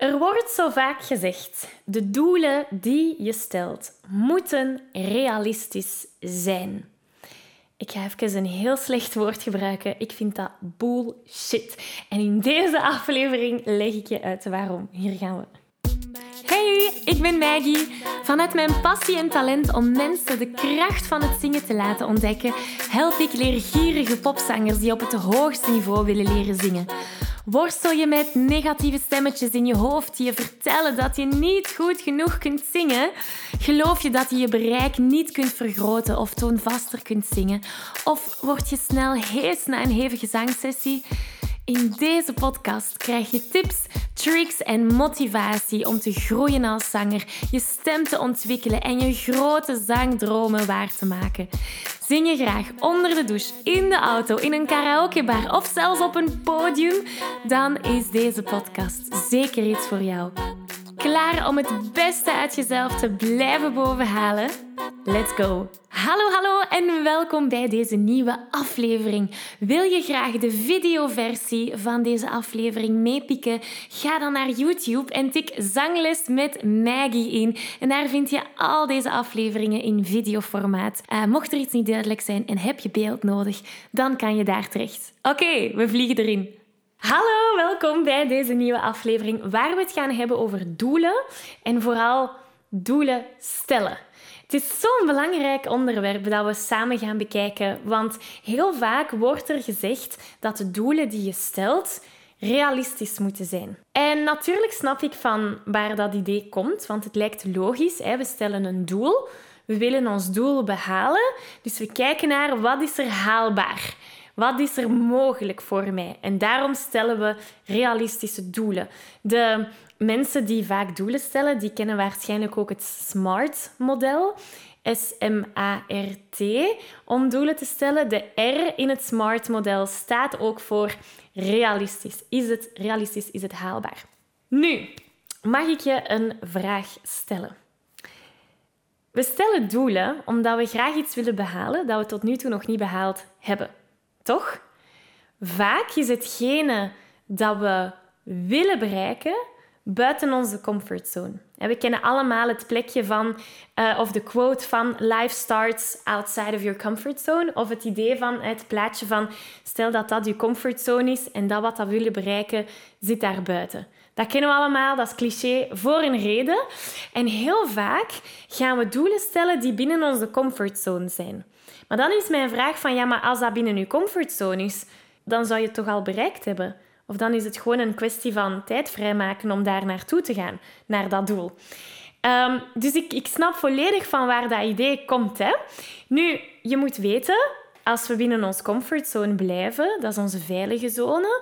Er wordt zo vaak gezegd, de doelen die je stelt moeten realistisch zijn. Ik ga even een heel slecht woord gebruiken. Ik vind dat bullshit. En in deze aflevering leg ik je uit waarom. Hier gaan we. Hey, ik ben Maggie. Vanuit mijn passie en talent om mensen de kracht van het zingen te laten ontdekken, help ik leergierige popzangers die op het hoogste niveau willen leren zingen. Worstel je met negatieve stemmetjes in je hoofd die je vertellen dat je niet goed genoeg kunt zingen? Geloof je dat je je bereik niet kunt vergroten of toonvaster kunt zingen? Of word je snel hees na een hevige zangsessie? In deze podcast krijg je tips, tricks en motivatie om te groeien als zanger, je stem te ontwikkelen en je grote zangdromen waar te maken. Zing je graag onder de douche, in de auto, in een karaokebar of zelfs op een podium? Dan is deze podcast zeker iets voor jou. Klaar om het beste uit jezelf te blijven bovenhalen? Let's go! Hallo en welkom bij deze nieuwe aflevering. Wil je graag de videoversie van deze aflevering meepikken? Ga dan naar YouTube en tik Zangles met Maggie in. En daar vind je al deze afleveringen in videoformaat. Mocht er iets niet duidelijk zijn en heb je beeld nodig, dan kan je daar terecht. Oké, we vliegen erin. Hallo, welkom bij deze nieuwe aflevering waar we het gaan hebben over doelen en vooral doelen stellen. Het is zo'n belangrijk onderwerp dat we samen gaan bekijken, want heel vaak wordt er gezegd dat de doelen die je stelt realistisch moeten zijn. En natuurlijk snap ik van waar dat idee komt, want het lijkt logisch. We stellen een doel, we willen ons doel behalen, dus we kijken naar wat is er haalbaar. Wat is er mogelijk voor mij? En daarom stellen we realistische doelen. De mensen die vaak doelen stellen, die kennen waarschijnlijk ook het SMART-model. SMART, om doelen te stellen. De R in het SMART-model staat ook voor realistisch. Is het realistisch? Is het haalbaar? Nu, mag ik je een vraag stellen? We stellen doelen omdat we graag iets willen behalen dat we tot nu toe nog niet behaald hebben. Toch? Vaak is hetgene dat we willen bereiken buiten onze comfortzone. We kennen allemaal het plekje van, of de quote van life starts outside of your comfort zone. Of het idee van het plaatje van, stel dat dat je comfortzone is en dat wat we willen bereiken zit daar buiten. Dat kennen we allemaal, dat is cliché voor een reden. En heel vaak gaan we doelen stellen die binnen onze comfortzone zijn. Maar dan is mijn vraag van, ja, maar als dat binnen je comfortzone is, dan zou je het toch al bereikt hebben? Of dan is het gewoon een kwestie van tijd vrijmaken om daar naartoe te gaan, naar dat doel. Dus ik snap volledig van waar dat idee komt. Hè? Nu, je moet weten, als we binnen onze comfortzone blijven, dat is onze veilige zone,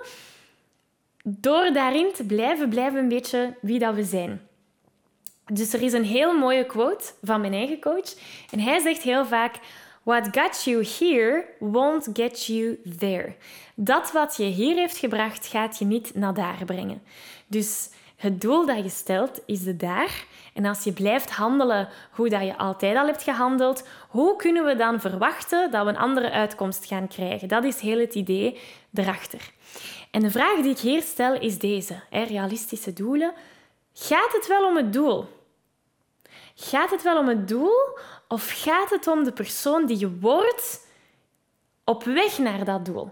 door daarin te blijven we een beetje wie dat we zijn. Dus er is een heel mooie quote van mijn eigen coach. En hij zegt heel vaak, what got you here won't get you there. Dat wat je hier heeft gebracht, gaat je niet naar daar brengen. Dus het doel dat je stelt, is de daar. En als je blijft handelen hoe dat je altijd al hebt gehandeld, hoe kunnen we dan verwachten dat we een andere uitkomst gaan krijgen? Dat is heel het idee erachter. En de vraag die ik hier stel is deze. Realistische doelen. Gaat het wel om het doel? Gaat het wel om het doel of gaat het om de persoon die je wordt op weg naar dat doel?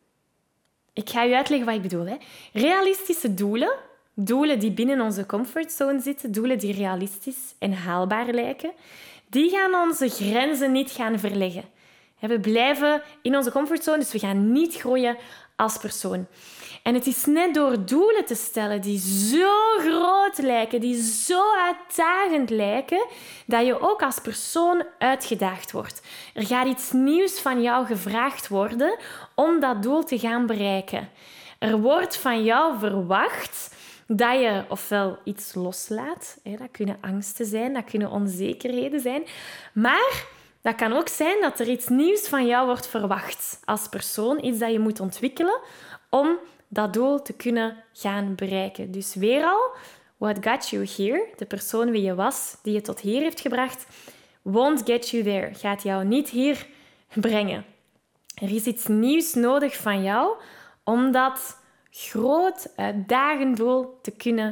Ik ga je uitleggen wat ik bedoel. Realistische doelen, doelen die binnen onze comfortzone zitten, doelen die realistisch en haalbaar lijken, die gaan onze grenzen niet gaan verleggen. We blijven in onze comfortzone, dus we gaan niet groeien als persoon. En het is net door doelen te stellen die zo groot lijken, die zo uitdagend lijken, dat je ook als persoon uitgedaagd wordt. Er gaat iets nieuws van jou gevraagd worden om dat doel te gaan bereiken. Er wordt van jou verwacht dat je ofwel iets loslaat, dat kunnen angsten zijn, dat kunnen onzekerheden zijn, maar dat kan ook zijn dat er iets nieuws van jou wordt verwacht als persoon, iets dat je moet ontwikkelen om dat doel te kunnen gaan bereiken. Dus weer al, what got you here, de persoon wie je was, die je tot hier heeft gebracht, won't get you there, gaat jou niet hier brengen. Er is iets nieuws nodig van jou om dat groot, uitdagend doel te kunnen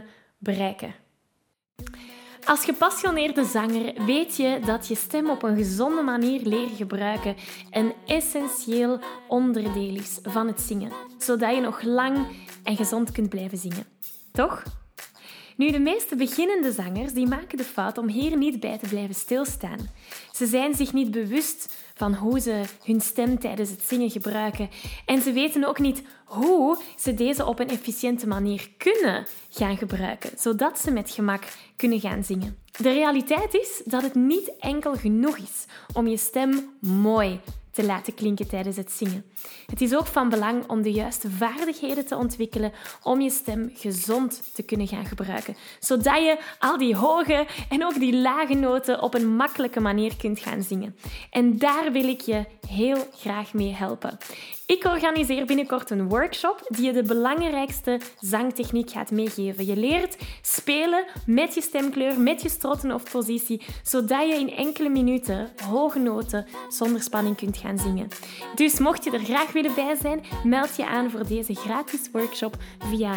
bereiken. Als gepassioneerde zanger weet je dat je stem op een gezonde manier leren gebruiken een essentieel onderdeel is van het zingen, zodat je nog lang en gezond kunt blijven zingen. Toch? Nu, de meeste beginnende zangers die maken de fout om hier niet bij te blijven stilstaan. Ze zijn zich niet bewust van hoe ze hun stem tijdens het zingen gebruiken. En ze weten ook niet hoe ze deze op een efficiënte manier kunnen gaan gebruiken, zodat ze met gemak kunnen gaan zingen. De realiteit is dat het niet enkel genoeg is om je stem mooi te laten klinken tijdens het zingen. Het is ook van belang om de juiste vaardigheden te ontwikkelen om je stem gezond te kunnen gaan gebruiken, zodat je al die hoge en ook die lage noten op een makkelijke manier kunt gaan zingen. En daar wil ik je heel graag mee helpen. Ik organiseer binnenkort een workshop die je de belangrijkste zangtechniek gaat meegeven. Je leert spelen met je stemkleur, met je strotten of positie, zodat je in enkele minuten hoge noten zonder spanning kunt gaan zingen. Dus mocht je er graag willen bij zijn, meld je aan voor deze gratis workshop via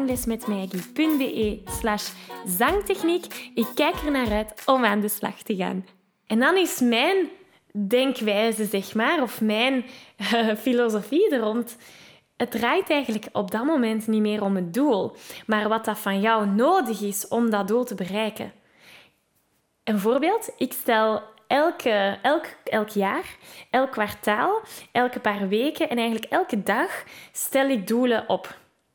zanglesmetmaggie.be/zangtechniek. Ik kijk er naar uit om aan de slag te gaan. En dan is mijn denkwijze, zeg maar, of mijn filosofie er rond. Het draait eigenlijk op dat moment niet meer om het doel, maar wat dat van jou nodig is om dat doel te bereiken. Een voorbeeld, ik stel elk jaar, elk kwartaal, elke paar weken en eigenlijk elke dag stel ik doelen op.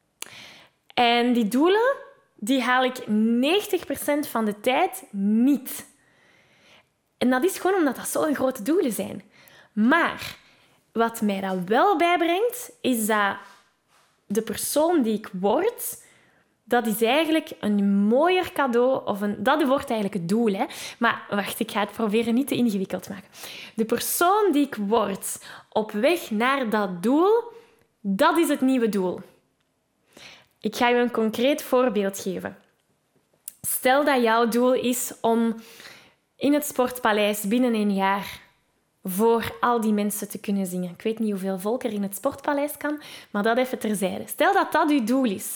En die doelen, die haal ik 90% van de tijd niet. En dat is gewoon omdat dat zo'n grote doelen zijn. Maar wat mij dat wel bijbrengt, is dat de persoon die ik word, dat is eigenlijk een mooier cadeau. Dat wordt eigenlijk het doel. Hè? Maar wacht, ik ga het proberen niet te ingewikkeld maken. De persoon die ik word op weg naar dat doel, dat is het nieuwe doel. Ik ga je een concreet voorbeeld geven. Stel dat jouw doel is om in het Sportpaleis binnen een jaar voor al die mensen te kunnen zingen. Ik weet niet hoeveel volk er in het Sportpaleis kan, maar dat even terzijde. Stel dat dat je doel is.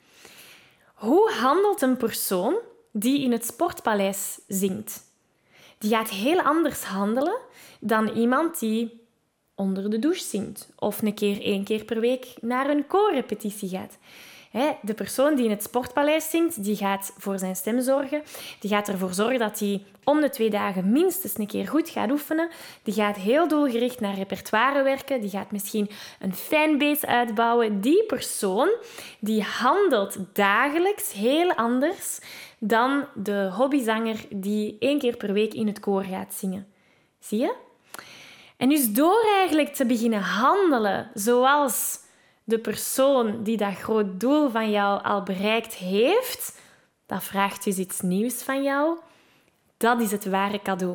Hoe handelt een persoon die in het Sportpaleis zingt? Die gaat heel anders handelen dan iemand die onder de douche zingt of 1 keer per week naar een koorrepetitie gaat. De persoon die in het Sportpaleis zingt, die gaat voor zijn stem zorgen. Die gaat ervoor zorgen dat hij om de 2 dagen minstens 1 keer goed gaat oefenen. Die gaat heel doelgericht naar repertoire werken. Die gaat misschien een fanbase uitbouwen. Die persoon die handelt dagelijks heel anders dan de hobbyzanger die 1 keer per week in het koor gaat zingen. Zie je? En dus door eigenlijk te beginnen handelen zoals de persoon die dat groot doel van jou al bereikt heeft, dat vraagt dus iets nieuws van jou. Dat is het ware cadeau.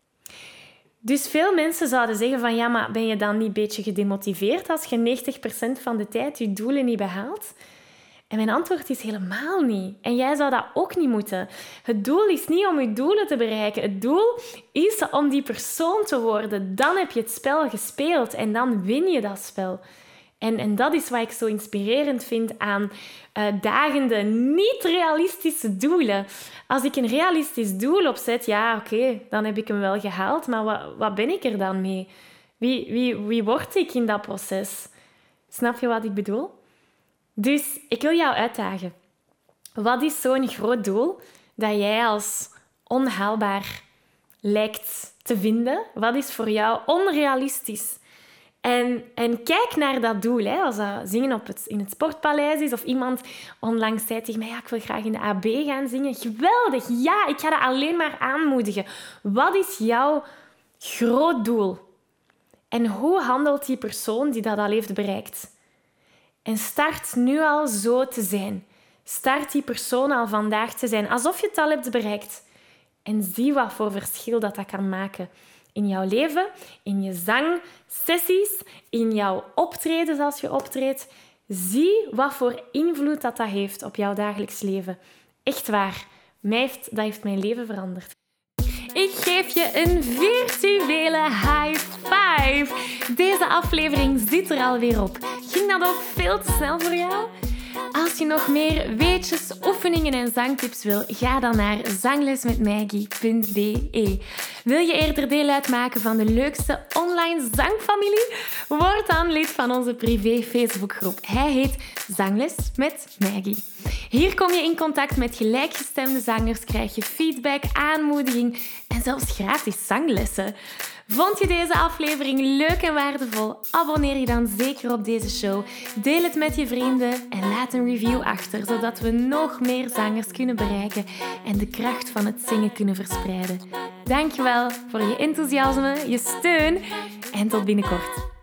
Dus veel mensen zouden zeggen van ja, maar ben je dan niet een beetje gedemotiveerd als je 90% van de tijd je doelen niet behaalt? En mijn antwoord is helemaal niet. En jij zou dat ook niet moeten. Het doel is niet om je doelen te bereiken. Het doel is om die persoon te worden. Dan heb je het spel gespeeld en dan win je dat spel. En dat is wat ik zo inspirerend vind aan uitdagende, niet-realistische doelen. Als ik een realistisch doel opzet, ja, oké, dan heb ik hem wel gehaald. Maar wat ben ik er dan mee? Wie word ik in dat proces? Snap je wat ik bedoel? Dus ik wil jou uitdagen. Wat is zo'n groot doel dat jij als onhaalbaar lijkt te vinden? Wat is voor jou onrealistisch? En kijk naar dat doel. Hè. Als dat zingen in het Sportpaleis is of iemand onlangs zei tegen mij, ja, ik wil graag in de AB gaan zingen. Geweldig, ja, ik ga dat alleen maar aanmoedigen. Wat is jouw groot doel? En hoe handelt die persoon die dat al heeft bereikt? En start nu al zo te zijn. Start die persoon al vandaag te zijn, alsof je het al hebt bereikt. En zie wat voor verschil dat kan maken. In jouw leven, in je zangsessies, in jouw optredens als je optreedt. Zie wat voor invloed dat heeft op jouw dagelijks leven. Echt waar, dat heeft mijn leven veranderd. Ik geef je een virtuele high five. Deze aflevering zit er alweer op. Ging dat ook veel te snel voor jou? Als als je nog meer weetjes, oefeningen en zangtips wil, ga dan naar zanglesmetmaggie.be. Wil je eerder deel uitmaken van de leukste online zangfamilie? Word dan lid van onze privé Facebookgroep. Hij heet Zangles met Maggie. Hier kom je in contact met gelijkgestemde zangers, krijg je feedback, aanmoediging en zelfs gratis zanglessen. Vond je deze aflevering leuk en waardevol? Abonneer je dan zeker op deze show. Deel het met je vrienden en laat een review achter, zodat we nog meer zangers kunnen bereiken en de kracht van het zingen kunnen verspreiden. Dankjewel voor je enthousiasme, je steun en tot binnenkort.